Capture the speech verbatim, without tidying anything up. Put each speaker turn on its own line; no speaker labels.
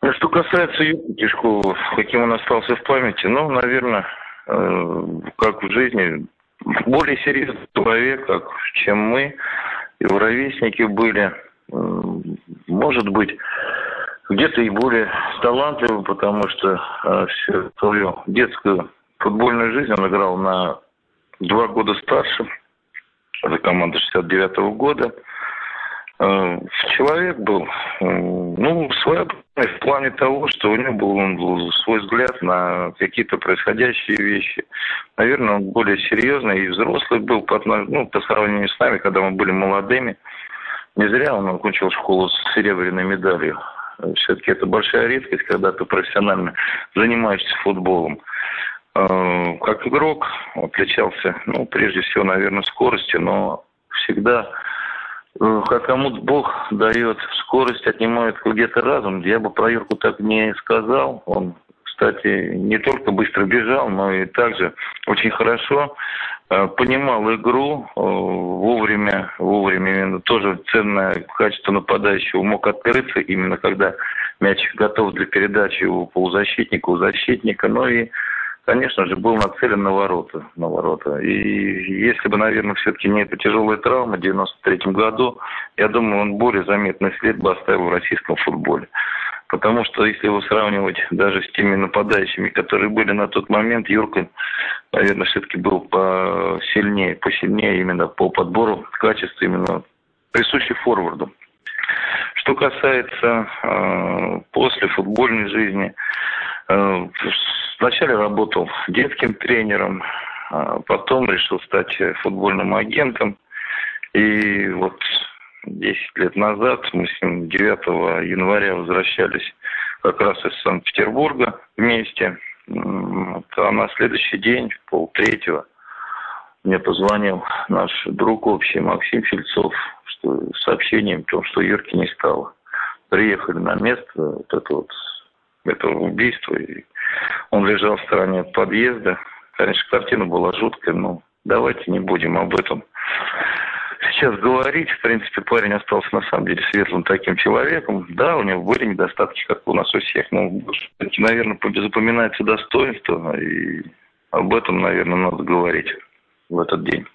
Ну, что касается Юрия Тишкова, каким он остался в памяти, ну, наверное, э, как в жизни, более серьезный человек, как, чем мы, его ровесники были, э, может быть, где-то и более талантливым, потому что э, всю свою детскую футбольную жизнь он играл на два года старше, за команду шестьдесят девятого года. Человек был, ну, своеобразный в плане того, что у него был, он был свой взгляд на какие-то происходящие вещи. Наверное, он более серьезный и взрослый был по, ну, по сравнению с нами, когда мы были молодыми. Не зря он окончил школу с серебряной медалью. Все-таки это большая редкость, когда ты профессионально занимаешься футболом. Как игрок отличался, ну, прежде всего, наверное, скоростью, но всегда... Как кому Бог дает скорость, отнимает где-то разум. Я бы про Юрку так не сказал. Он, кстати, не только быстро бежал, но и также очень хорошо э, понимал игру, э, вовремя, вовремя именно тоже ценное качество нападающего, мог открыться именно когда мяч готов для передачи у полузащитника, у защитника. Ну и, конечно же, был нацелен на ворота, на ворота. И если бы, наверное, все-таки не эта тяжелая травма в девяносто третьем году, я думаю, он более заметный след бы оставил в российском футболе. Потому что, если его сравнивать даже с теми нападающими, которые были на тот момент, Юрка, наверное, все-таки был посильнее, посильнее именно по подбору качеств, именно присущий форварду. Что касается э, после футбольной жизни, э, вначале работал детским тренером, а потом решил стать футбольным агентом. И вот десять лет назад мы с ним девятого января возвращались как раз из Санкт-Петербурга вместе. А на следующий день, полтретьего, мне позвонил наш друг общий Максим Фельцов, что, с сообщением о том, что Юрки не стало. Приехали на место вот это вот, этого убийства, и он лежал в стороне от подъезда. Конечно, картина была жуткая, но давайте не будем об этом сейчас говорить. В принципе, парень остался на самом деле светлым таким человеком. Да, у него были недостатки, как у нас у всех, но, наверное, запоминается достоинство, и об этом, наверное, надо говорить в этот день.